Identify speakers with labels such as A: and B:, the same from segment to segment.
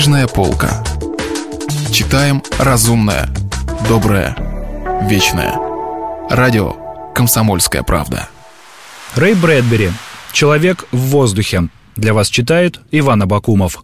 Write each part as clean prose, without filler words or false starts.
A: Книжная полка. Читаем разумное, доброе, вечное. Радио «Комсомольская правда».
B: Рэй Брэдбери. «Человек в воздухе». Для вас читает Иван Абакумов.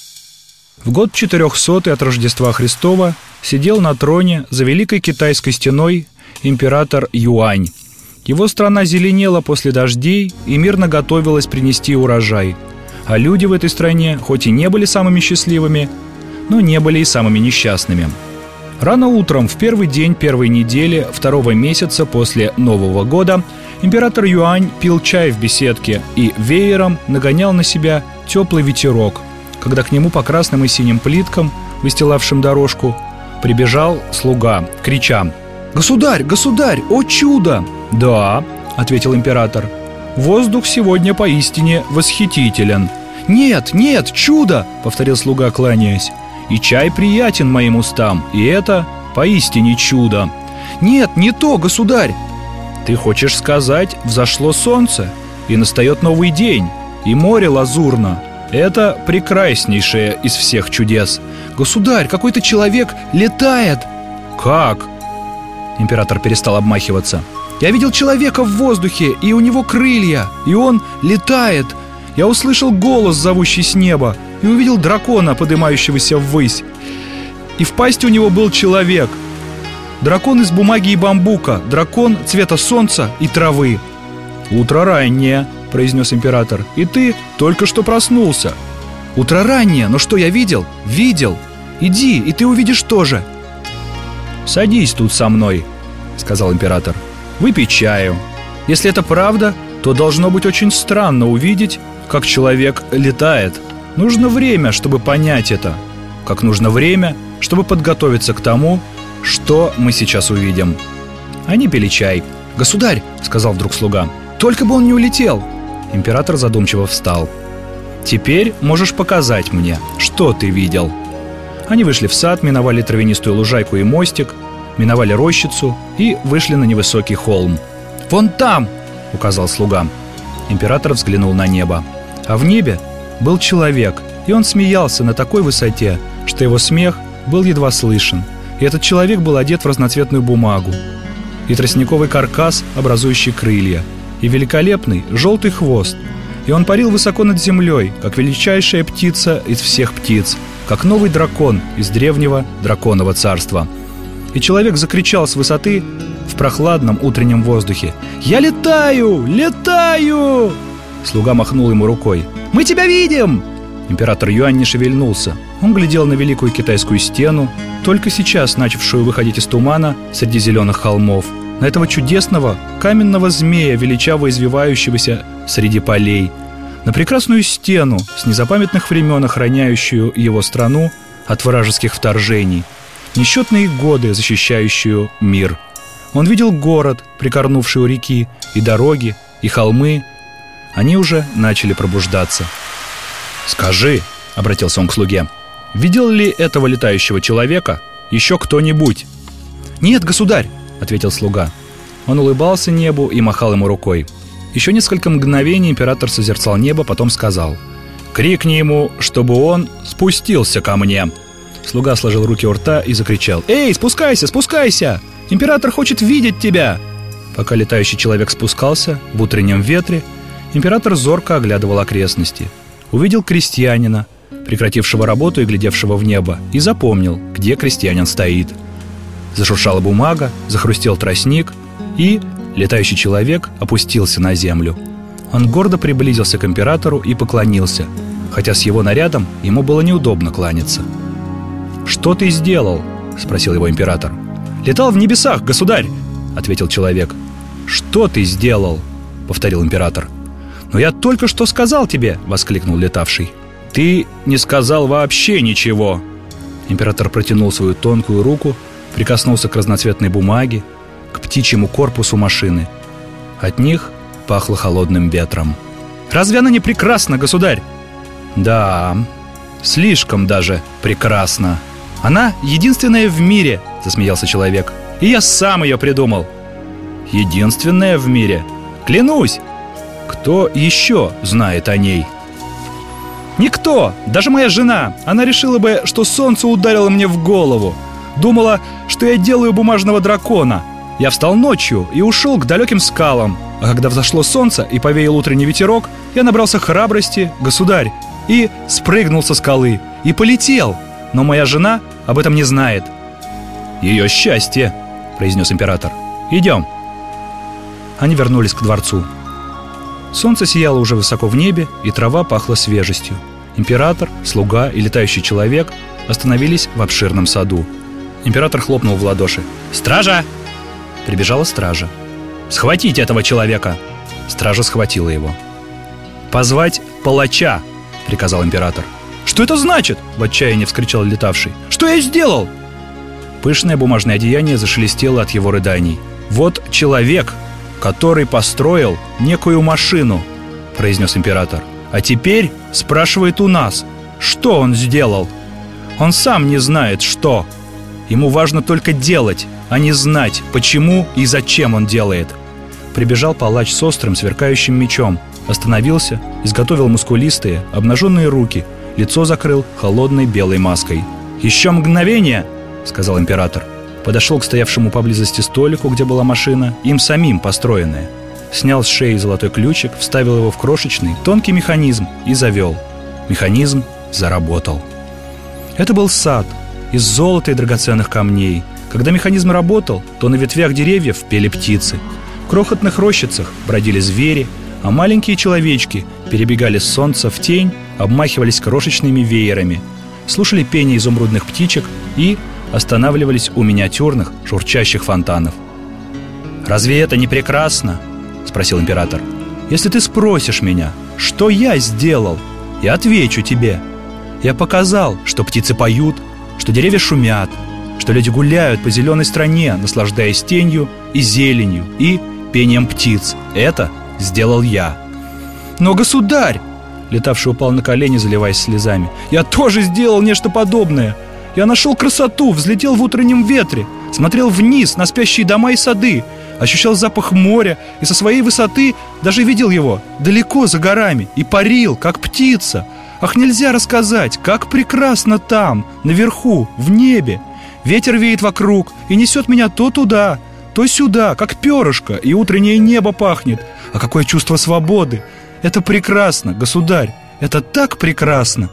B: В год 400-й от Рождества Христова сидел на троне за Великой Китайской стеной император Юань. Его страна зеленела после дождей и мирно готовилась принести урожай. А люди в этой стране хоть и не были самыми счастливыми, но не были и самыми несчастными. Рано утром, в первый день первой недели второго месяца после Нового года, император Юань пил чай в беседке и веером нагонял на себя теплый ветерок, когда к нему по красным и синим плиткам, выстилавшим дорожку, прибежал слуга, крича: «Государь, государь, о чудо!» «Да», — ответил император, — «воздух сегодня поистине восхитителен». «Нет, нет, чудо!» — повторил слуга, кланяясь. «И чай приятен моим устам, и это поистине чудо». «Нет, не то, государь!» «Ты хочешь сказать, взошло солнце, и настает новый день, и море лазурно. Это прекраснейшее из всех чудес». «Государь, какой-то человек летает!» «Как?» Император перестал обмахиваться. «Я видел человека в воздухе, и у него крылья, и он летает. Я услышал голос, зовущий с неба, и увидел дракона, поднимающегося ввысь. И в пасти у него был человек. Дракон из бумаги и бамбука, дракон цвета солнца и травы». «Утро раннее», — произнес император, — «и ты только что проснулся». «Утро раннее, но что я видел? Видел. Иди, и ты увидишь тоже». «Садись тут со мной», — сказал император. «Выпей чаю. Если это правда, то должно быть очень странно увидеть, как человек летает. Нужно время, чтобы понять это. Как нужно время, чтобы подготовиться к тому, что мы сейчас увидим». Они пили чай. «Государь», — сказал вдруг слуга, — «только бы он не улетел». Император задумчиво встал. «Теперь можешь показать мне, что ты видел». Они вышли в сад, миновали травянистую лужайку и мостик, миновали рощицу и вышли на невысокий холм. «Вон там!» — указал слуга. Император взглянул на небо. А в небе был человек, и он смеялся на такой высоте, что его смех был едва слышен. И этот человек был одет в разноцветную бумагу, и тростниковый каркас, образующий крылья, и великолепный желтый хвост. И он парил высоко над землей, как величайшая птица из всех птиц, как новый дракон из древнего драконового царства. И человек закричал с высоты в прохладном утреннем воздухе: «Я летаю! Летаю!» Слуга махнул ему рукой. «Мы тебя видим!» Император Юань не шевельнулся. Он глядел на Великую Китайскую стену, только сейчас начавшую выходить из тумана среди зеленых холмов, на этого чудесного каменного змея, величаво извивающегося среди полей, на прекрасную стену, с незапамятных времен охраняющую его страну от вражеских вторжений, несчетные годы защищающую мир. Он видел город, прикорнувший у реки, и дороги, и холмы. Они уже начали пробуждаться. «Скажи», — обратился он к слуге, — «видел ли этого летающего человека еще кто-нибудь?» «Нет, государь», — ответил слуга. Он улыбался небу и махал ему рукой. Еще несколько мгновений император созерцал небо, потом сказал: «Крикни ему, чтобы он спустился ко мне». Слуга сложил руки у рта и закричал: «Эй, спускайся, спускайся! Император хочет видеть тебя!» Пока летающий человек спускался в утреннем ветре, император зорко оглядывал окрестности. Увидел крестьянина, прекратившего работу и глядевшего в небо, и запомнил, где крестьянин стоит. Зашуршала бумага, захрустел тростник, и летающий человек опустился на землю. Он гордо приблизился к императору и поклонился, хотя с его нарядом ему было неудобно кланяться. «Что ты сделал?» — спросил его император. «Летал в небесах, государь!» — ответил человек. «Что ты сделал?» — повторил император. «Но я только что сказал тебе!» — воскликнул летавший. «Ты не сказал вообще ничего!» Император протянул свою тонкую руку, прикоснулся к разноцветной бумаге, к птичьему корпусу машины. От них пахло холодным ветром. «Разве она не прекрасна, государь?» «Да, слишком даже прекрасна». «Она единственная в мире», — засмеялся человек. «И я сам ее придумал». «Единственная в мире? Клянусь!» «Кто еще знает о ней?» Никто, даже моя жена. Она решила бы, что солнце ударило мне в голову. Думала, что я делаю бумажного дракона. Я встал ночью и ушел к далеким скалам. А когда взошло солнце и повеял утренний ветерок, я набрался храбрости, государь, и спрыгнул со скалы, и полетел. Но моя жена об этом не знает. «Ее счастье», — произнес император. «Идем». Они вернулись к дворцу. Солнце сияло уже высоко в небе, и трава пахла свежестью. Император, слуга и летающий человек остановились в обширном саду. Император хлопнул в ладоши. «Стража!» Прибежала стража. «Схватите этого человека!» Стража схватила его. «Позвать палача!» — приказал император. «Что это значит?» — в отчаянии вскричал летавший. «Что я сделал?» Пышное бумажное одеяние зашелестело от его рыданий. «Вот человек, который построил некую машину», — произнес император. «А теперь спрашивает у нас, что он сделал. Он сам не знает, что. Ему важно только делать, а не знать, почему и зачем он делает». Прибежал палач с острым сверкающим мечом, остановился, изготовил мускулистые, обнаженные руки, лицо закрыл холодной белой маской. «Еще мгновение!» — сказал император. Подошел к стоявшему поблизости столику, где была машина, им самим построенная. Снял с шеи золотой ключик, вставил его в крошечный, тонкий механизм и завел. Механизм заработал. Это был сад из золота и драгоценных камней. Когда механизм работал, то на ветвях деревьев пели птицы. В крохотных рощицах бродили звери, а маленькие человечки перебегали с солнца в тень, обмахивались крошечными веерами, слушали пение изумрудных птичек и останавливались у миниатюрных шурчащих фонтанов. «Разве это не прекрасно?» — спросил император. «Если ты спросишь меня, что я сделал, я отвечу тебе. Я показал, что птицы поют, что деревья шумят, что люди гуляют по зеленой стране, наслаждаясь тенью и зеленью и пением птиц. Это сделал я». «Но, государь!» — летавший упал на колени, заливаясь слезами. «Я тоже сделал нечто подобное. Я нашел красоту, взлетел в утреннем ветре, смотрел вниз на спящие дома и сады, ощущал запах моря и со своей высоты даже видел его далеко за горами и парил, как птица. Ах, нельзя рассказать, как прекрасно там, наверху, в небе. Ветер веет вокруг и несет меня то туда, то сюда, как перышко, и утреннее небо пахнет. А какое чувство свободы! Это прекрасно, государь, это так прекрасно!»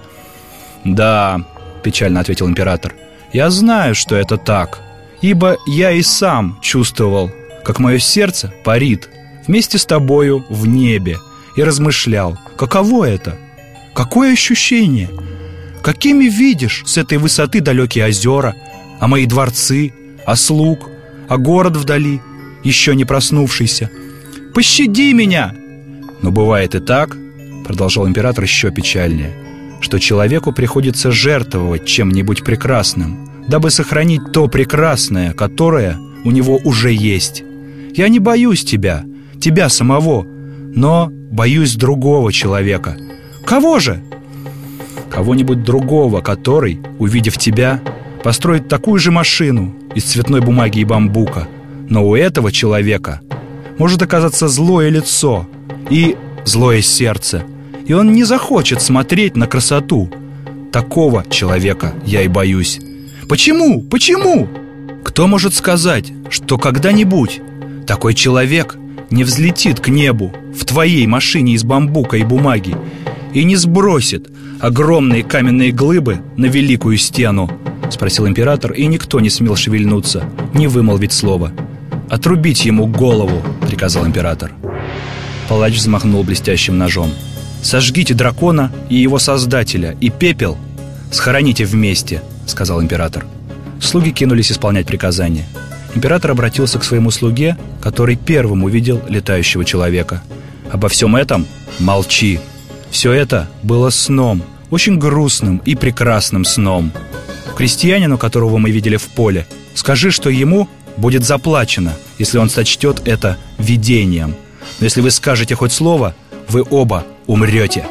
B: «Да», — печально ответил император, — «я знаю, что это так, ибо я и сам чувствовал, как мое сердце парит вместе с тобою в небе, и размышлял, каково это, какое ощущение, какими видишь с этой высоты далекие озера, а мои дворцы, а слуг, а город вдали, еще не проснувшийся. Пощади меня!» «Но бывает и так, — продолжал император еще печальнее, — что человеку приходится жертвовать чем-нибудь прекрасным, дабы сохранить то прекрасное, которое у него уже есть. Я не боюсь тебя самого, но боюсь другого человека». «Кого же?» «Кого-нибудь другого, который, увидев тебя, построит такую же машину из цветной бумаги и бамбука. Но у этого человека может оказаться злое лицо и злое сердце, и он не захочет смотреть на красоту. Такого человека я и боюсь». «Почему? Почему?» «Кто может сказать, что когда-нибудь такой человек не взлетит к небу в твоей машине из бамбука и бумаги и не сбросит огромные каменные глыбы на великую стену?» — спросил император, и никто не смел шевельнуться, не вымолвить слова. «Отрубить ему голову!» — приказал император. Палач взмахнул блестящим ножом. «Сожгите дракона и его создателя, и пепел схороните вместе», — сказал император. Слуги кинулись исполнять приказание. Император обратился к своему слуге, который первым увидел летающего человека. «Обо всем этом молчи. Все это было сном, очень грустным и прекрасным сном. Крестьянину, которого мы видели в поле, скажи, что ему будет заплачено, если он сочтет это видением. Но если вы скажете хоть слово, вы оба умрете».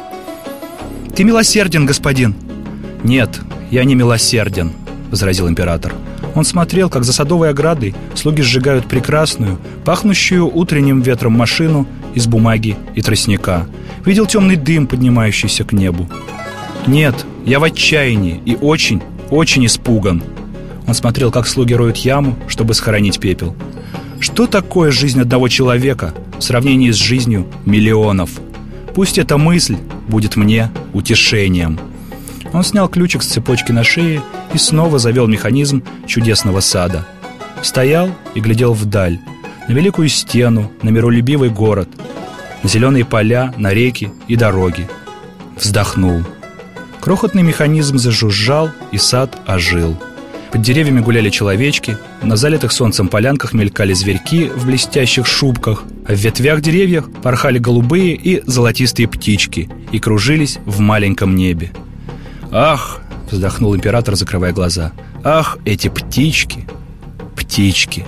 B: «Ты милосерден, господин». «Нет, я не милосерден», — возразил император. Он смотрел, как за садовой оградой слуги сжигают прекрасную, пахнущую утренним ветром машину из бумаги и тростника. Видел темный дым, поднимающийся к небу. Нет, я в отчаянии и очень, очень испуган. Он смотрел, как слуги роют яму, чтобы схоронить пепел. Что такое жизнь одного человека в сравнении с жизнью миллионов? Пусть эта мысль будет мне утешением. Он снял ключик с цепочки на шее и снова завел механизм чудесного сада. Стоял и глядел вдаль, на великую стену, на миролюбивый город, на зеленые поля, на реки и дороги. Вздохнул. Крохотный механизм зажужжал, и сад ожил. Под деревьями гуляли человечки, на залитых солнцем полянках мелькали зверьки в блестящих шубках, а в ветвях деревьев порхали голубые и золотистые птички и кружились в маленьком небе. «Ах!» — вздохнул император, закрывая глаза. «Ах, эти птички! Птички!»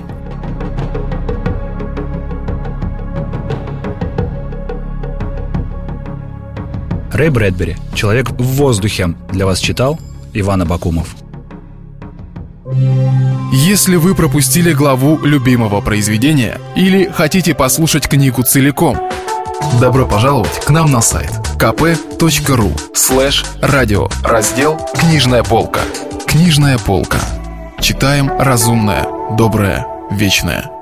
B: Рэй Брэдбери «Человек в воздухе» для вас читал Иван Абакумов.
A: Если вы пропустили главу любимого произведения или хотите послушать книгу целиком, добро пожаловать к нам на сайт kp.ru/радио, раздел «Книжная полка». Книжная полка. Читаем разумное, доброе, вечное.